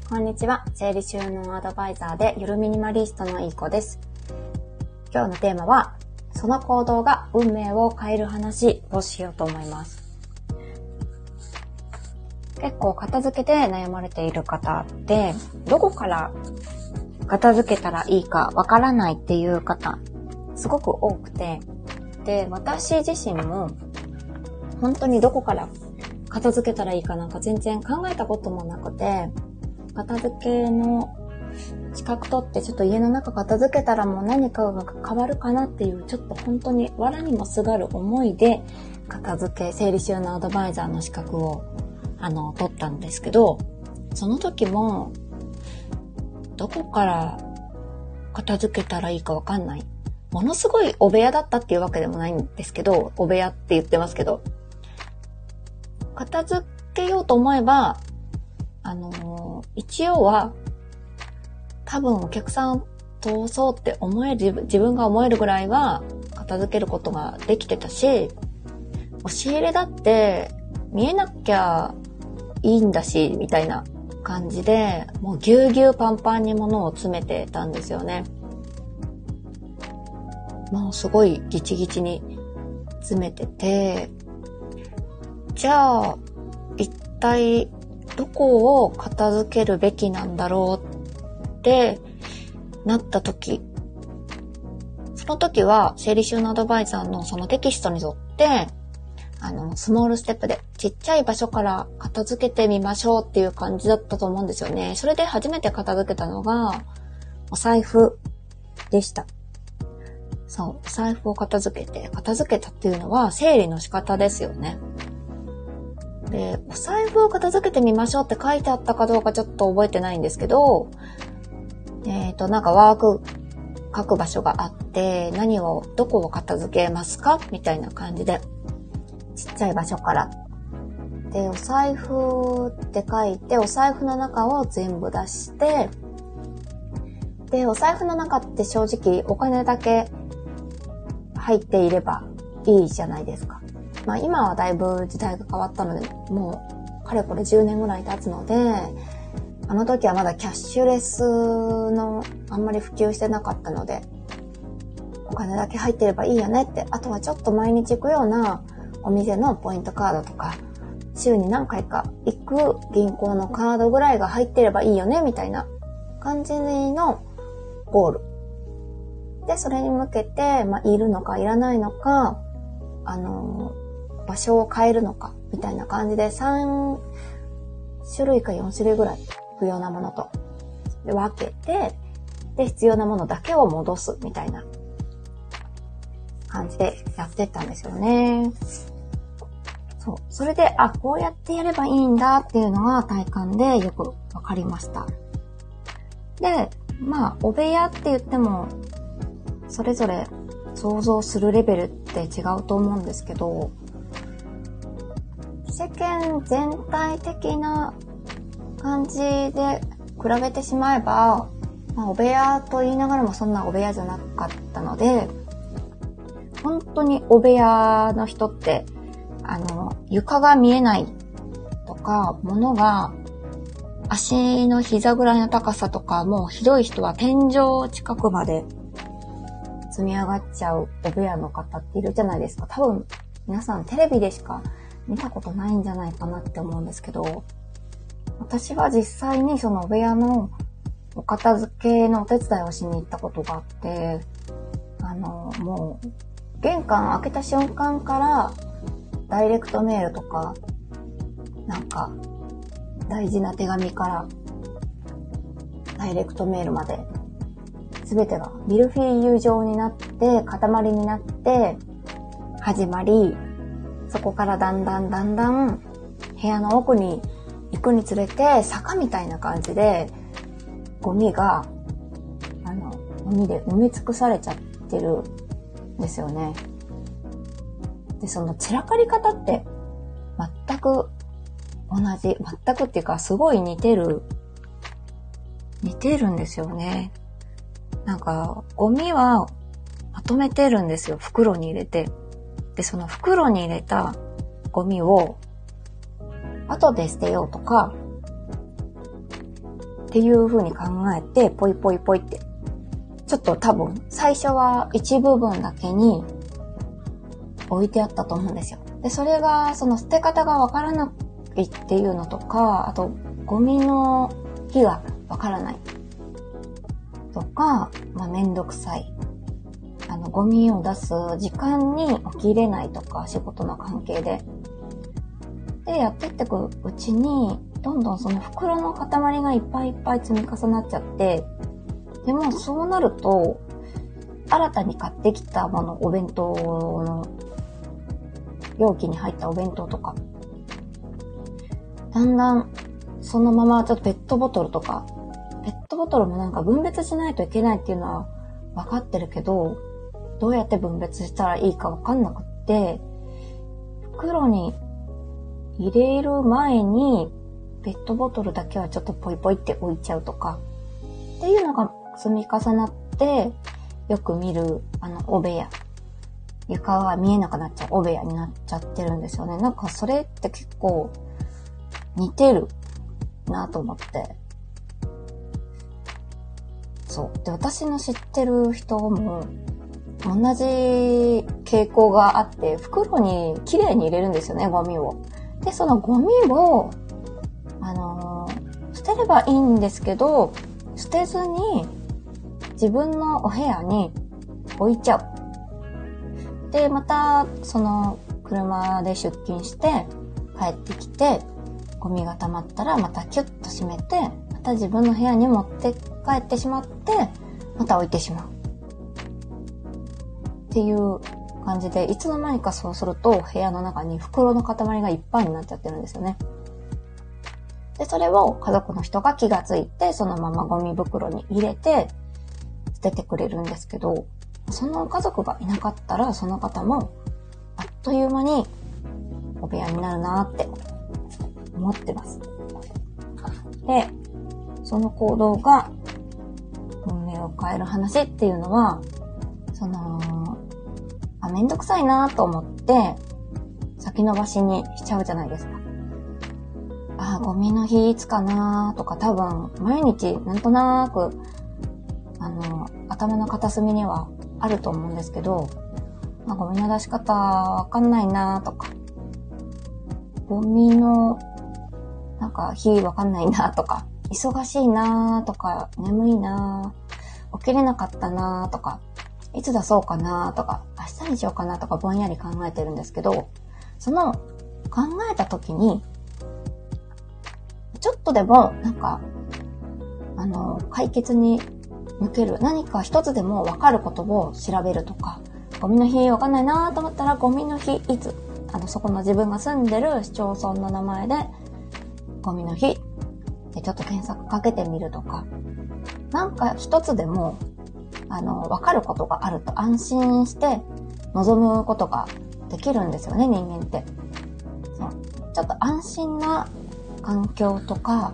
こんにちは。整理収納アドバイザーでゆるミニマリストのいい子です。今日のテーマは、その行動が運命を変える話をしようと思います。結構片付けで悩まれている方で、どこから片付けたらいいかわからないっていう方、すごく多くて、で、私自身も本当にどこから片付けたらいいかなんか全然考えたこともなくて、片付けの資格取ってちょっと家の中片付けたらもう何かが変わるかなっていうちょっと本当に藁にもすがる思いで片付け整理収納アドバイザーの資格を取ったんですけど、その時もどこから片付けたらいいかわかんない。ものすごいお部屋だったっていうわけでもないんですけど、お部屋って言ってますけど、片付けようと思えば一応は多分お客さん通そうって自分が思えるぐらいは片付けることができてたし、押し入れだって見えなきゃいいんだしみたいな感じで、もうぎゅうぎゅうパンパンに物を詰めてたんですよね。もうすごいギチギチに詰めてて、じゃあ一体どこを片付けるべきなんだろうってなった時、その時は整理収納アドバイザーのそのテキストに沿ってスモールステップでちっちゃい場所から片付けてみましょうっていう感じだったと思うんですよね。それで初めて片付けたのがお財布でした。そう、お財布を片付けたっていうのは整理の仕方ですよね。で、お財布を片付けてみましょうって書いてあったかどうかちょっと覚えてないんですけど、なんかワーク書く場所があって、どこを片付けますかみたいな感じで、ちっちゃい場所から。で、お財布って書いて、お財布の中を全部出して、で、お財布の中って正直お金だけ入っていればいいじゃないですか。まあ今はだいぶ時代が変わったので、もうかれこれ10年ぐらい経つので、あの時はまだキャッシュレスのあんまり普及してなかったので、お金だけ入ってればいいよねって、あとはちょっと毎日行くようなお店のポイントカードとか、週に何回か行く銀行のカードぐらいが入ってればいいよねみたいな感じのゴール。で、それに向けて、いるのかいらないのか、場所を変えるのかみたいな感じで3種類か4種類ぐらい不要なものと分けて、で必要なものだけを戻すみたいな感じでやってったんですよね。そう、それでこうやってやればいいんだっていうのが体感でよくわかりました。で、お部屋って言ってもそれぞれ想像するレベルって違うと思うんですけど、世間全体的な感じで比べてしまえば、お部屋と言いながらもそんなお部屋じゃなかったので、本当にお部屋の人って床が見えないとか、物が足の膝ぐらいの高さとか、もうひどい人は天井近くまで積み上がっちゃうお部屋の方っているじゃないですか。多分皆さんテレビでしか見たことないんじゃないかなって思うんですけど、私は実際にそのお部屋のお片付けのお手伝いをしに行ったことがあって、もう玄関開けた瞬間からダイレクトメールとか、なんか大事な手紙からダイレクトメールまで全てがミルフィーユ状になって塊になって始まり、そこからだんだん部屋の奥に行くにつれて坂みたいな感じでゴミがゴミで埋め尽くされちゃってるんですよね。で、その散らかり方って全くっていうかすごい似てるんですよね。なんかゴミはまとめてるんですよ、袋に入れて。で、その袋に入れたゴミを後で捨てようとか、 っていう風に考えて、ポイポイポイって。ちょっと多分、最初は一部分だけに置いてあったと思うんですよ。で、それが、その捨て方がわからないっていうのとか、あと、ゴミの日がわからない。とか、めんどくさい。ゴミを出す時間に起きれないとか、仕事の関係で。で、やってってくうちに、どんどんその袋の塊がいっぱいいっぱい積み重なっちゃって、でもそうなると、新たに買ってきたもの、お弁当の容器に入ったお弁当とか、だんだんそのままちょっとペットボトルとか、ペットボトルもなんか分別しないといけないっていうのは分かってるけど、どうやって分別したらいいか分かんなくって、袋に入れる前にペットボトルだけはちょっとポイポイって置いちゃうとかっていうのが積み重なって、よく見るお部屋、床が見えなくなっちゃうお部屋になっちゃってるんですよね。なんかそれって結構似てるなと思って。そう。で、私の知ってる人も同じ傾向があって、袋に綺麗に入れるんですよね、ゴミを。で、そのゴミを、捨てればいいんですけど、捨てずに自分のお部屋に置いちゃう。で、また、その車で出勤して帰ってきて、ゴミが溜まったらまたキュッと閉めて、また自分の部屋に持って帰ってしまって、また置いてしまう。っていう感じで、いつの間にかそうすると部屋の中に袋の塊がいっぱいになっちゃってるんですよね。で、それを家族の人が気がついて、そのままゴミ袋に入れて捨ててくれるんですけど、その家族がいなかったら、その方もあっという間にお部屋になるなって思ってます。で、その行動が運命を変える話っていうのは、めんどくさいなと思って先延ばしにしちゃうじゃないですか。ゴミの日いつかなとか、多分毎日なんとなく頭の片隅にはあると思うんですけど、ゴミの出し方わかんないなとか、ゴミのなんか日わかんないなとか、忙しいなとか、眠いな、起きれなかったなとか、いつ出そうかなとか、明日にしようかなとかぼんやり考えてるんですけど、その考えた時にちょっとでもなんか解決に向ける何か一つでも分かることを調べるとか、ゴミの日わかんないなと思ったら、ゴミの日いつ、そこの自分が住んでる市町村の名前でゴミの日でちょっと検索かけてみるとか、なんか一つでも分かることがあると安心して望むことができるんですよね、人間って。そう。ちょっと安心な環境とか、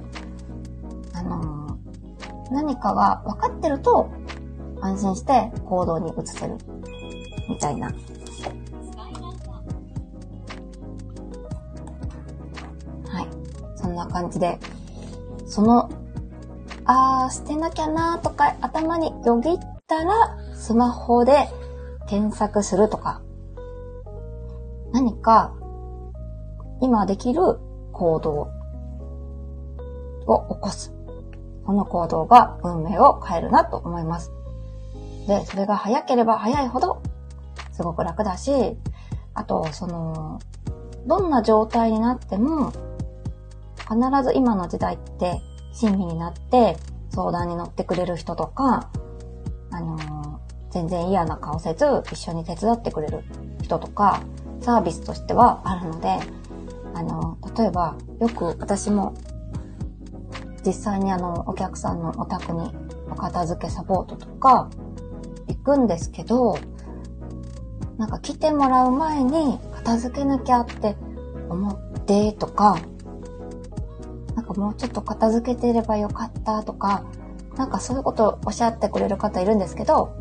何かが分かってると安心して行動に移せるみたいな。はい。そんな感じで、捨てなきゃなとか頭によぎったらスマホで検索するとか、何か今できる行動を起こす。この行動が運命を変えるなと思います。で、それが早ければ早いほどすごく楽だし、あと、どんな状態になっても、必ず今の時代って親身になって相談に乗ってくれる人とか、全然嫌な顔せず一緒に手伝ってくれる人とか、サービスとしてはあるので、例えば、よく私も実際にお客さんのお宅にお片付けサポートとか行くんですけど、なんか来てもらう前に片付けなきゃって思ってとか、なんかもうちょっと片付けてればよかったとか、なんかそういうことをおっしゃってくれる方いるんですけど、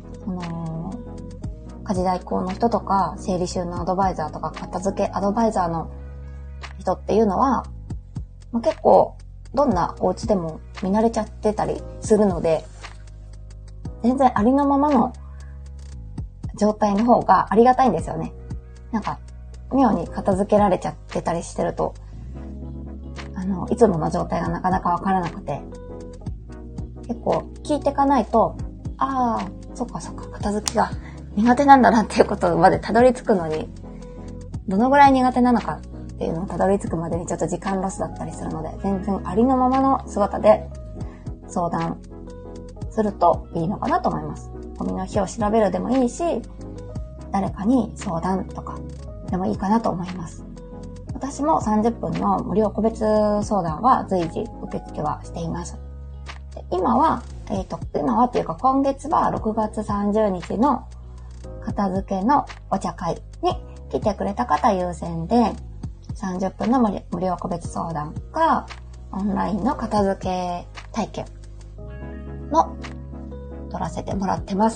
家事代行の人とか、整理収納アドバイザーとか、片付けアドバイザーの人っていうのは、結構どんなお家でも見慣れちゃってたりするので、全然ありのままの状態の方がありがたいんですよね。なんか、妙に片付けられちゃってたりしてると、いつもの状態がなかなかわからなくて、結構聞いていかないと、そっか、片付けが苦手なんだなっていうことまでたどり着くのに、どのぐらい苦手なのかっていうのをたどり着くまでにちょっと時間ロスだったりするので、全然ありのままの姿で相談するといいのかなと思います。ゴミの日を調べるでもいいし、誰かに相談とかでもいいかなと思います。私も30分の無料個別相談は随時受付はしています。で今はっていうか今月は6月30日の片付けのお茶会に来てくれた方優先で30分の無料個別相談かオンラインの片付け体験も取らせてもらってます。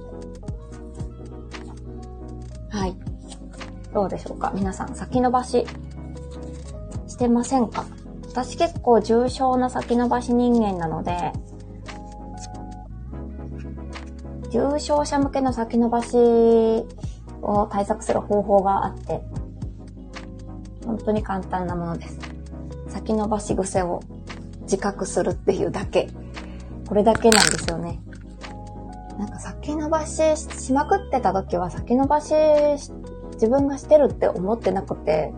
はい。どうでしょうか？皆さん先延ばししてませんか？私結構重症な先延ばし人間なので、重症者向けの先延ばしを対策する方法があって、本当に簡単なものです。先延ばし癖を自覚するっていうだけ。これだけなんですよね。なんか先延ばししまくってた時は先延ばし自分がしてるって思ってなくて、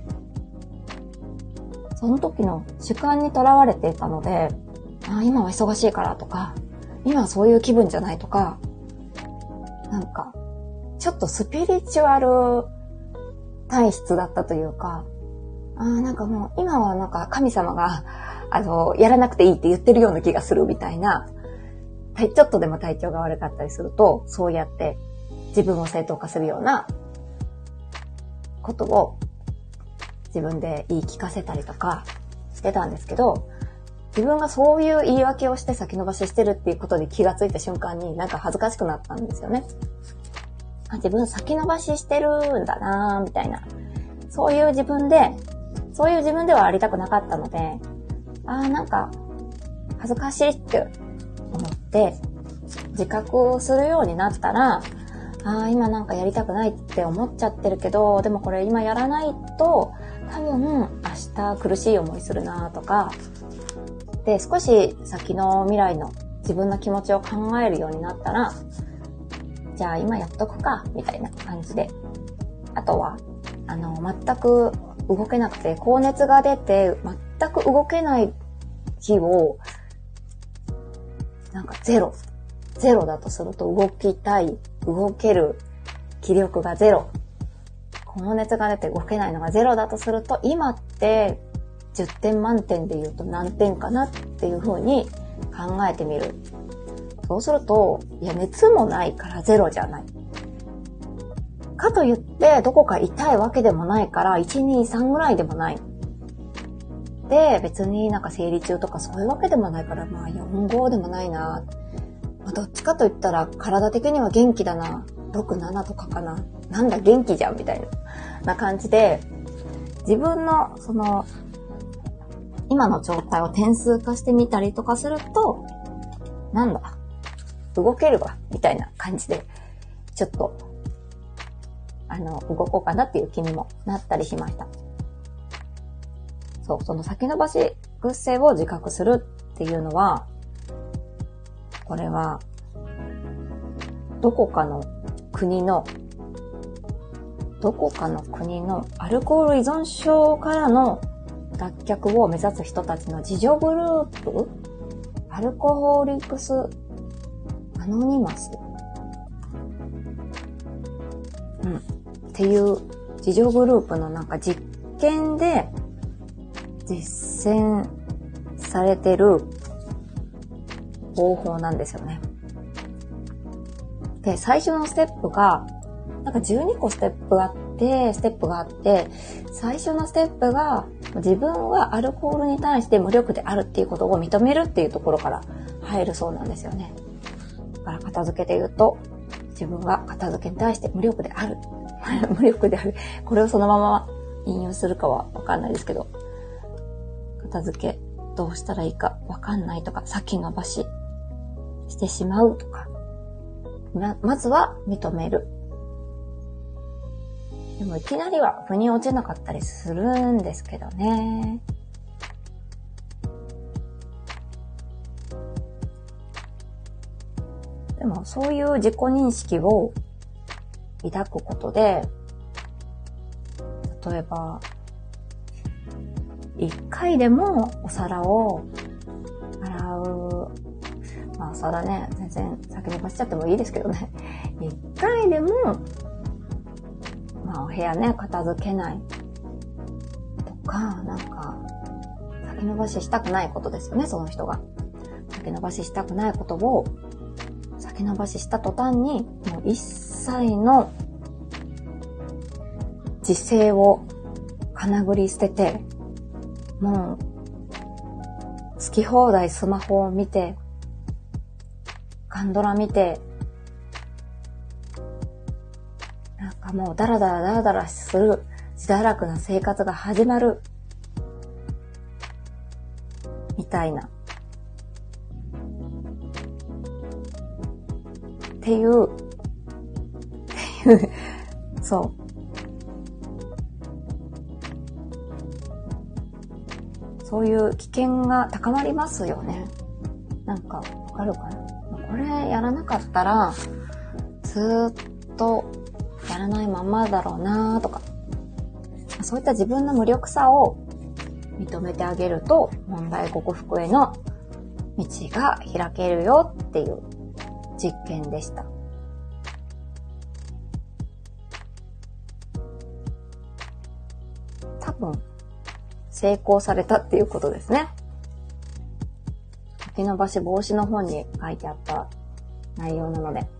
その時の主観にとらわれていたので、今は忙しいからとか、今はそういう気分じゃないとか、なんかちょっとスピリチュアル体質だったというか、なんかもう今はなんか神様がやらなくていいって言ってるような気がするみたいな、ちょっとでも体調が悪かったりすると、そうやって自分を正当化するようなことを自分で言い聞かせたりとかしてたんですけど、自分がそういう言い訳をして先延ばししてるっていうことに気がついた瞬間になんか恥ずかしくなったんですよね。自分先延ばししてるんだなーみたいな。そういう自分ではありたくなかったので、なんか恥ずかしいって思って自覚するようになったら、今なんかやりたくないって思っちゃってるけど、でもこれ今やらないと多分明日苦しい思いするなとかで、少し先の未来の自分の気持ちを考えるようになったら、じゃあ今やっとくかみたいな感じで、あとは全く動けなくて高熱が出て全く動けない日をなんかゼロだとすると、動ける気力がゼロ、高熱が出て動けないのがゼロだとすると、今って10点満点で言うと何点かなっていう風に考えてみる。そうすると、熱もないからゼロじゃない。かといってどこか痛いわけでもないから1、2、3ぐらいでもない。で、別になんか生理中とかそういうわけでもないから、4、5でもないな。どっちかと言ったら体的には元気だな。6、7とかかな。なんだ元気じゃんみたいな感じで、自分の今の状態を点数化してみたりとかすると、なんだ、動けるわみたいな感じで、ちょっと動こうかなっていう気にもなったりしました。そう、その先延ばし癖を自覚するっていうのは、これはどこかの国のアルコール依存症からの脱却を目指す人たちの自助グループ、アルコホリクスアノニマス、っていう自助グループのなんか実験で実践されてる方法なんですよね。で、最初のステップがなんか12個ステップがあって、最初のステップが自分はアルコールに対して無力であるっていうことを認めるっていうところから入るそうなんですよね。だから片付けで言うと、自分は片付けに対して無力である。無力である。これをそのまま引用するかはわかんないですけど、片付けどうしたらいいかわかんないとか、先延ばししてしまうとか、まずは認める。でもいきなりは腑に落ちなかったりするんですけどね。でもそういう自己認識を抱くことで、例えば一回でもお皿を洗う、まあお皿ね、全然先延ばしちゃってもいいですけどね。一回でもまあお部屋ね、片付けないとか、なんか先延ばししたくないことですよね、その人が。先延ばししたくないことを先延ばしした途端に、もう一切の自制をかなぐり捨てて、もう好き放題スマホを見て、ガンドラ見て、なんかもうダラダラする自堕落な生活が始まるみたいなっていうそういう危険が高まりますよね。なんかわかるかな。これやらなかったらずっとやらないままだろうなとか、そういった自分の無力さを認めてあげると、問題克服への道が開けるよっていう実験でした。多分成功されたっていうことですね。先延ばし防止の本に書いてあった内容なので。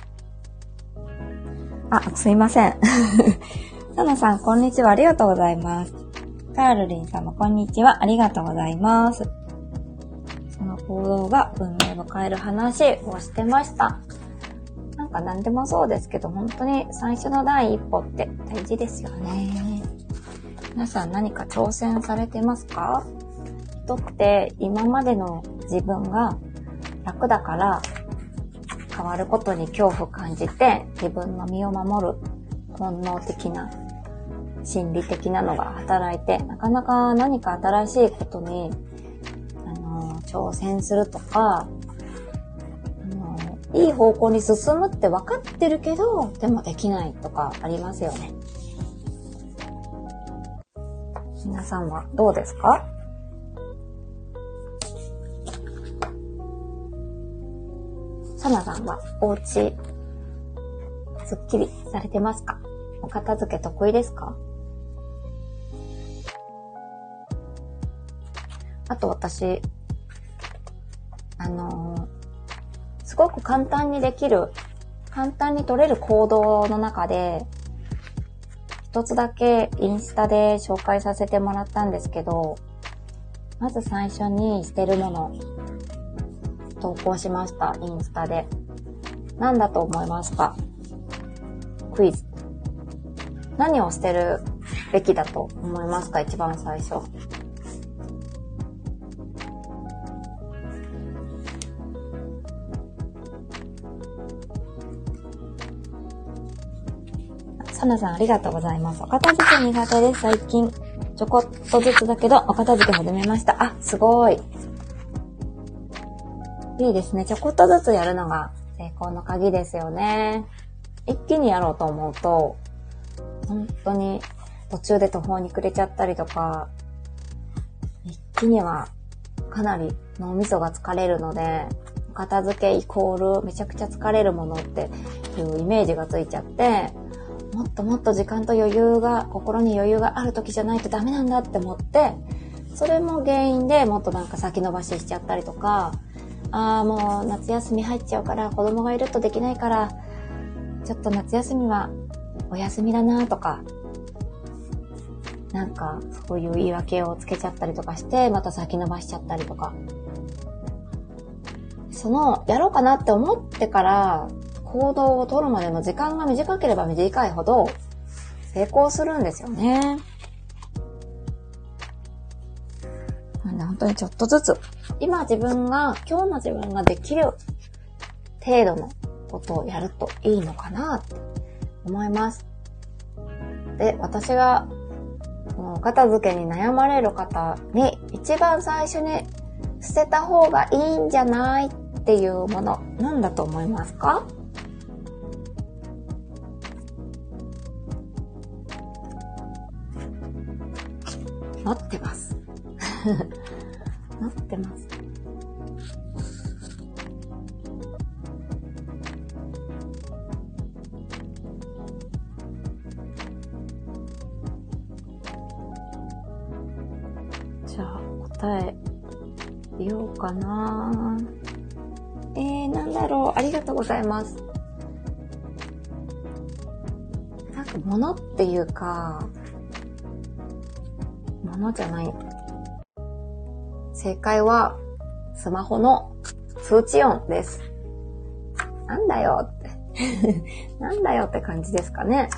あ、すいません。サナさん、こんにちは。ありがとうございます。カールリンさんもこんにちは。ありがとうございます。その行動が運命を変える話をしてました。なんか何でもそうですけど、本当に最初の第一歩って大事ですよね。皆さん何か挑戦されてますか？人って今までの自分が楽だから変わることに恐怖を感じて、自分の身を守る本能的な心理的なのが働いて、なかなか何か新しいことに挑戦するとか、いい方向に進むって分かってるけど、でもできないとかありますよね。皆さんはどうですか？サナさんはお家すっきりされてますか？お片付け得意ですか？あと私、すごく簡単にできる、簡単に取れる行動の中で、一つだけインスタで紹介させてもらったんですけど、まず最初に捨てるもの、投稿しました、インスタで。何だと思いますか？クイズ。何を捨てるべきだと思いますか？一番最初。サナさんありがとうございます。お片付け苦手です。最近ちょこっとずつだけどお片付け始めました。あ、すごい。いいですね。ちょこっとずつやるのが成功の鍵ですよね。一気にやろうと思うと、本当に途中で途方に暮れちゃったりとか、一気にはかなり脳みそが疲れるので、片付けイコールめちゃくちゃ疲れるものっていうイメージがついちゃって、もっともっと時間と余裕が、心に余裕がある時じゃないとダメなんだって思って、それも原因でもっとなんか先延ばししちゃったりとか、もう夏休み入っちゃうから子供がいるとできないから、ちょっと夏休みはお休みだなとか、なんかそういう言い訳をつけちゃったりとかして、また先延ばしちゃったりとか。やろうかなって思ってから行動を取るまでの時間が短ければ短いほど成功するんですよね。 なんで本当にちょっとずつ、今の自分ができる程度のことをやるといいのかなって思います。で、私がお片付けに悩まれる方に一番最初に捨てた方がいいんじゃないっていうもの、何だと思いますか？待ってます。待ってます。じゃあ答え言おうかな。なんだろう。ありがとうございます。なんか物っていうか、物じゃない。正解はスマホの通知音です。なんだよってなんだよって感じですかね。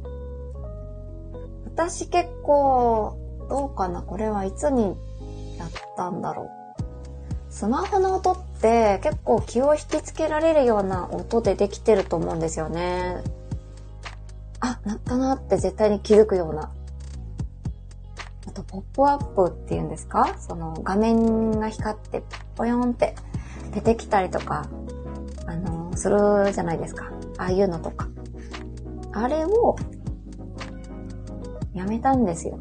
私結構どうかな、これはいつにやったんだろう。スマホの音って結構気を引きつけられるような音でできてると思うんですよね。あ、鳴ったなって絶対に気づくような。あとポップアップっていうんですか、その画面が光ってポヨンって出てきたりとかするじゃないですか。ああいうのとか、あれをやめたんですよ。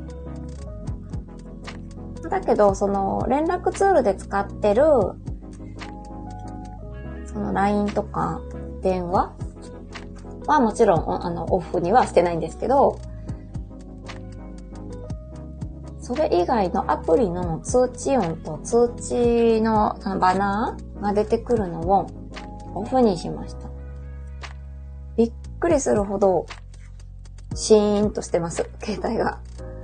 だけどその連絡ツールで使ってるその LINE とか電話はもちろんオフにはしてないんですけど、それ以外のアプリの通知音と通知のバナーが出てくるのをオフにしました。びっくりするほどシーンとしてます、携帯が。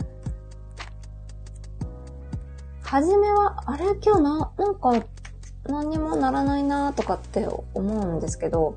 はじめはあれ今日なんか何にもならないなとかって思うんですけど、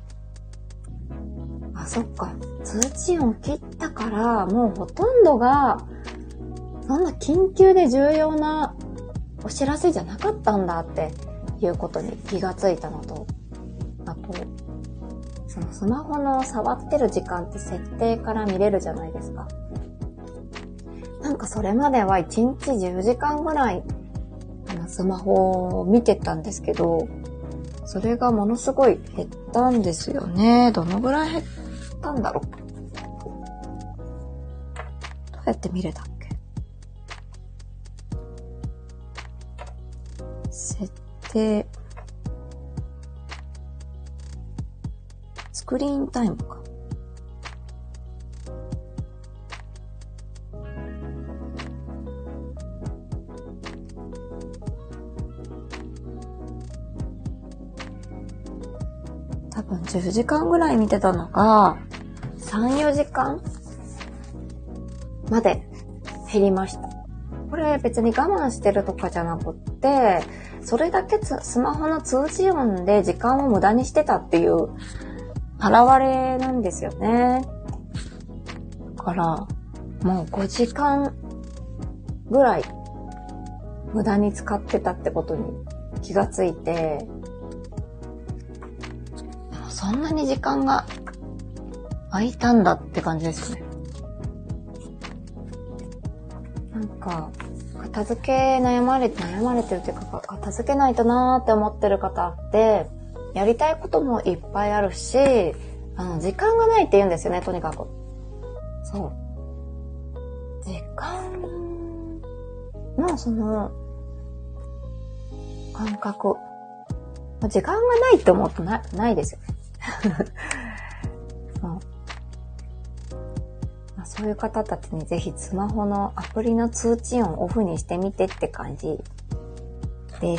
あ、そっか、通知音切ったからもうほとんどがそんな緊急で重要なお知らせじゃなかったんだっていうことに気がついたのと、あとそのスマホの触ってる時間って設定から見れるじゃないですか。なんかそれまでは1日10時間ぐらいスマホを見てたんですけど、それがものすごい減ったんですよね。どのぐらい減ったんだろう。どうやって見れたっけ？設定、スクリーンタイムか。多分10時間ぐらい見てたのが3、4時間まで減りました。これ別に我慢してるとかじゃなくって、それだけスマホの通知音で時間を無駄にしてたっていう現れなんですよね。だからもう5時間ぐらい無駄に使ってたってことに気がついて、そんなに時間が空いたんだって感じですね。なんか片付け悩まれてるっていうか、片付けないとなーって思ってる方ってやりたいこともいっぱいあるし、時間がないって言うんですよね、とにかく。そう。時間のその感覚、時間がないって思うとないですよね。そう。そういう方たちにぜひスマホのアプリの通知音をオフにしてみてって感じです。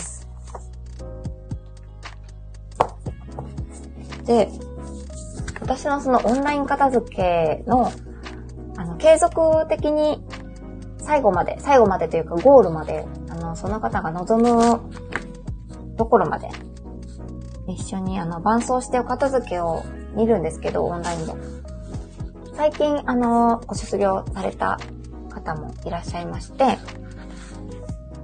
で、私のそのオンライン片付けの継続的に最後までというかゴールまでその方が望むところまで一緒に伴走してお片付けを見るんですけど、オンラインで最近ご卒業された方もいらっしゃいまして、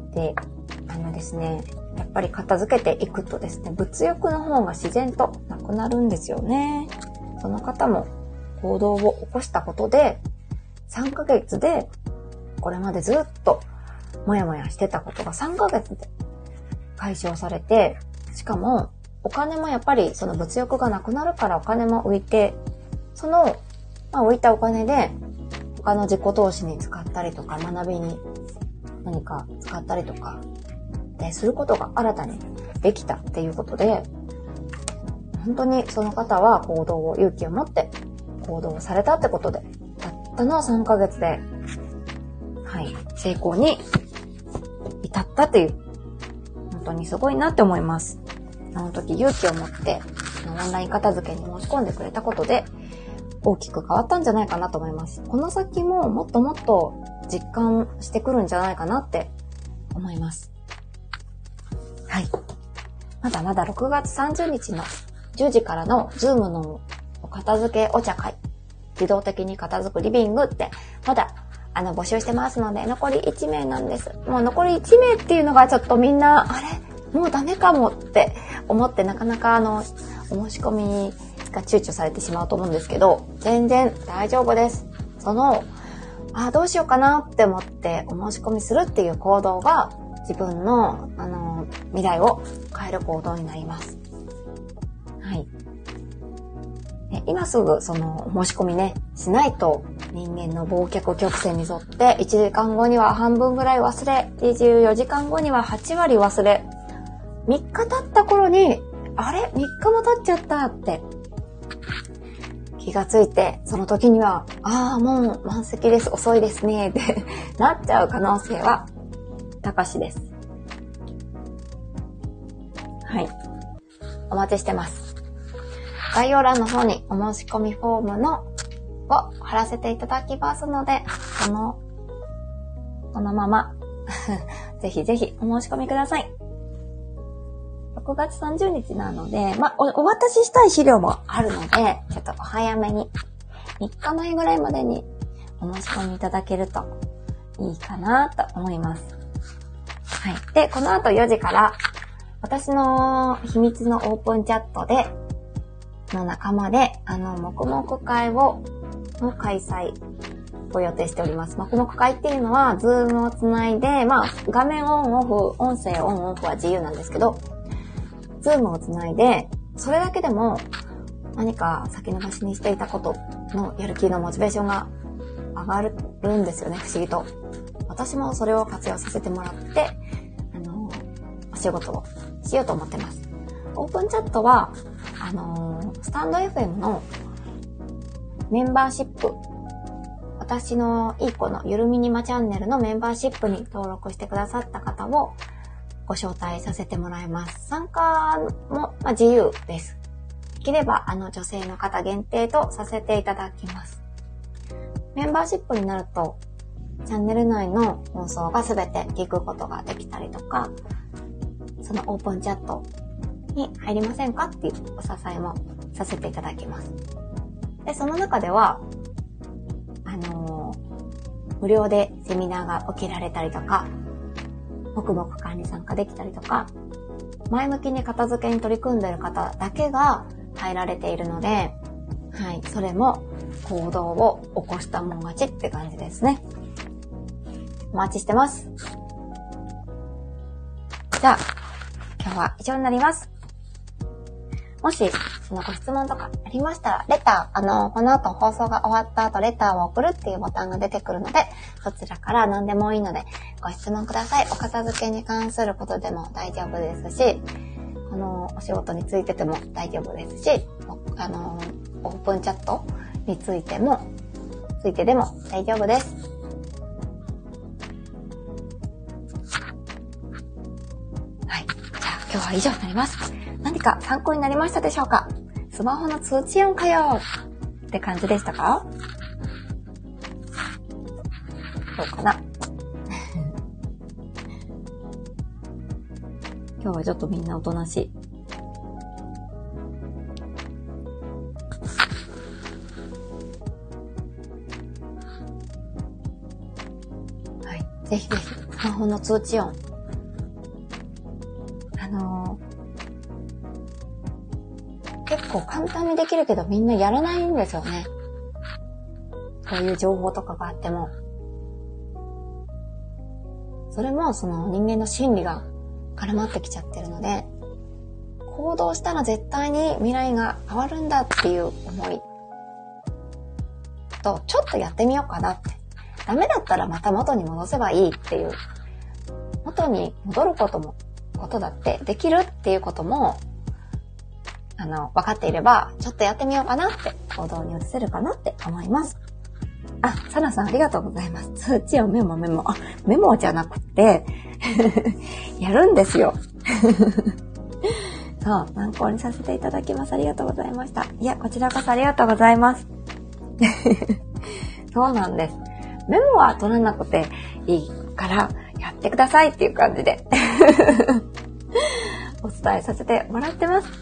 で、ですね、やっぱり片付けていくとですね、物欲の方が自然となくなるんですよね。その方も行動を起こしたことで、3ヶ月で、これまでずっともやもやしてたことが3ヶ月で解消されて、しかもお金もやっぱりその物欲がなくなるからお金も浮いて、その、浮いたお金で他の自己投資に使ったりとか、学びに何か使ったりとかすることが新たにできたっていうことで、本当にその方は勇気を持って行動をされたってことで、たったの3ヶ月で、成功に至ったっていう、本当にすごいなって思います。あの時勇気を持ってオンライン片付けに申し込んでくれたことで大きく変わったんじゃないかなと思います。この先ももっともっと実感してくるんじゃないかなって思います。はい。まだまだ6月30日の10時からの Zoom のお片付けお茶会、自動的に片付くリビングってまだ募集してますので、残り1名なんです。もう残り1名っていうのがちょっとみんな、もうダメかもって思ってなかなかお申し込みが躊躇されてしまうと思うんですけど、全然大丈夫です。どうしようかなって思ってお申し込みするっていう行動が自分の未来を変える行動になります。はい。今すぐその申し込みね、しないと人間の忘却曲線に沿って1時間後には半分ぐらい忘れ、24時間後には8割忘れ、3日経った頃に、3日も経っちゃったって気がついて、その時には、もう満席です、遅いですねってなっちゃう可能性は高しです。はい。お待ちしてます。概要欄の方にお申し込みフォームを貼らせていただきますので、そのままぜひぜひお申し込みください。6月30日なので、お渡ししたい資料もあるので、ちょっとお早めに、3日前ぐらいまでにお申し込みいただけるといいかなと思います。はい。で、この後4時から、私の秘密のオープンチャットの仲間で、黙々会の開催を予定しております。黙々会っていうのは、ズームをつないで、画面オンオフ、音声オンオフは自由なんですけど、ズームをつないで、それだけでも何か先延ばしにしていたことのやる気のモチベーションが上がるんですよね、不思議と。私もそれを活用させてもらって、お仕事をしようと思ってます。オープンチャットは、スタンド FM のメンバーシップ、私のいい子のゆるミニマチャンネルのメンバーシップに登録してくださった方をご招待させてもらいます。参加も自由です。できれば女性の方限定とさせていただきます。メンバーシップになるとチャンネル内の放送がすべて聞くことができたりとか、そのオープンチャットに入りませんかっていうお支えもさせていただきます。で、その中では無料でセミナーが受けられたりとか、黙々会に参加できたりとか、前向きに片付けに取り組んでいる方だけが入られているので、はい、それも行動を起こしたもん勝ちって感じですね。お待ちしてます。じゃあ、今日は以上になります。もし、ご質問とかありましたら、レター、この後放送が終わった後、レターを送るっていうボタンが出てくるので、そちらから何でもいいので、ご質問ください。お片付けに関することでも大丈夫ですし、お仕事についてでも大丈夫ですし、オープンチャットについてでも大丈夫です。はい。じゃあ、今日は以上になります。何か参考になりましたでしょうか？スマホの通知音かよって感じでしたか？どうかな今日はちょっとみんなおとなしい。はい。ぜひぜひ、スマホの通知音結構簡単にできるけどみんなやらないんですよね。こういう情報とかがあっても。それもその人間の心理が絡まってきちゃってるので、行動したら絶対に未来が変わるんだっていう思いと、ちょっとやってみようかなって。ダメだったらまた元に戻せばいいっていう。元に戻ることだってできるっていうことも、分かっていれば、ちょっとやってみようかなって行動に移せるかなって思います。あ、サナさんありがとうございます。通知をメモ。あ、メモじゃなくて、やるんですよ。そう、参考にさせていただきます。ありがとうございました。いや、こちらこそありがとうございます。そうなんです。メモは取らなくていいからやってくださいっていう感じでお伝えさせてもらってます。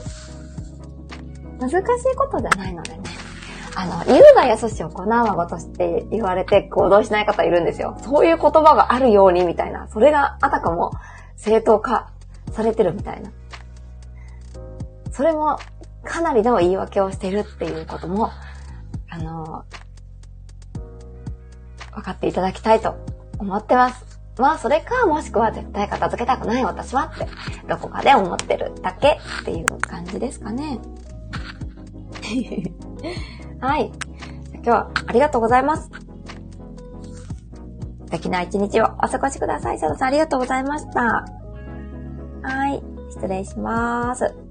難しいことじゃないのでね。言うが易し行うはごとしって言われて行動しない方いるんですよ。そういう言葉があるようにみたいな。それがあたかも正当化されてるみたいな。それもかなりの言い訳をしているっていうことも、分かっていただきたいと思ってます。まあそれか、もしくは絶対片付けたくない私はってどこかで思ってるだけっていう感じですかね。はい。今日はありがとうございます。素敵な一日をお過ごしください。佐藤さんありがとうございました。はい。失礼します。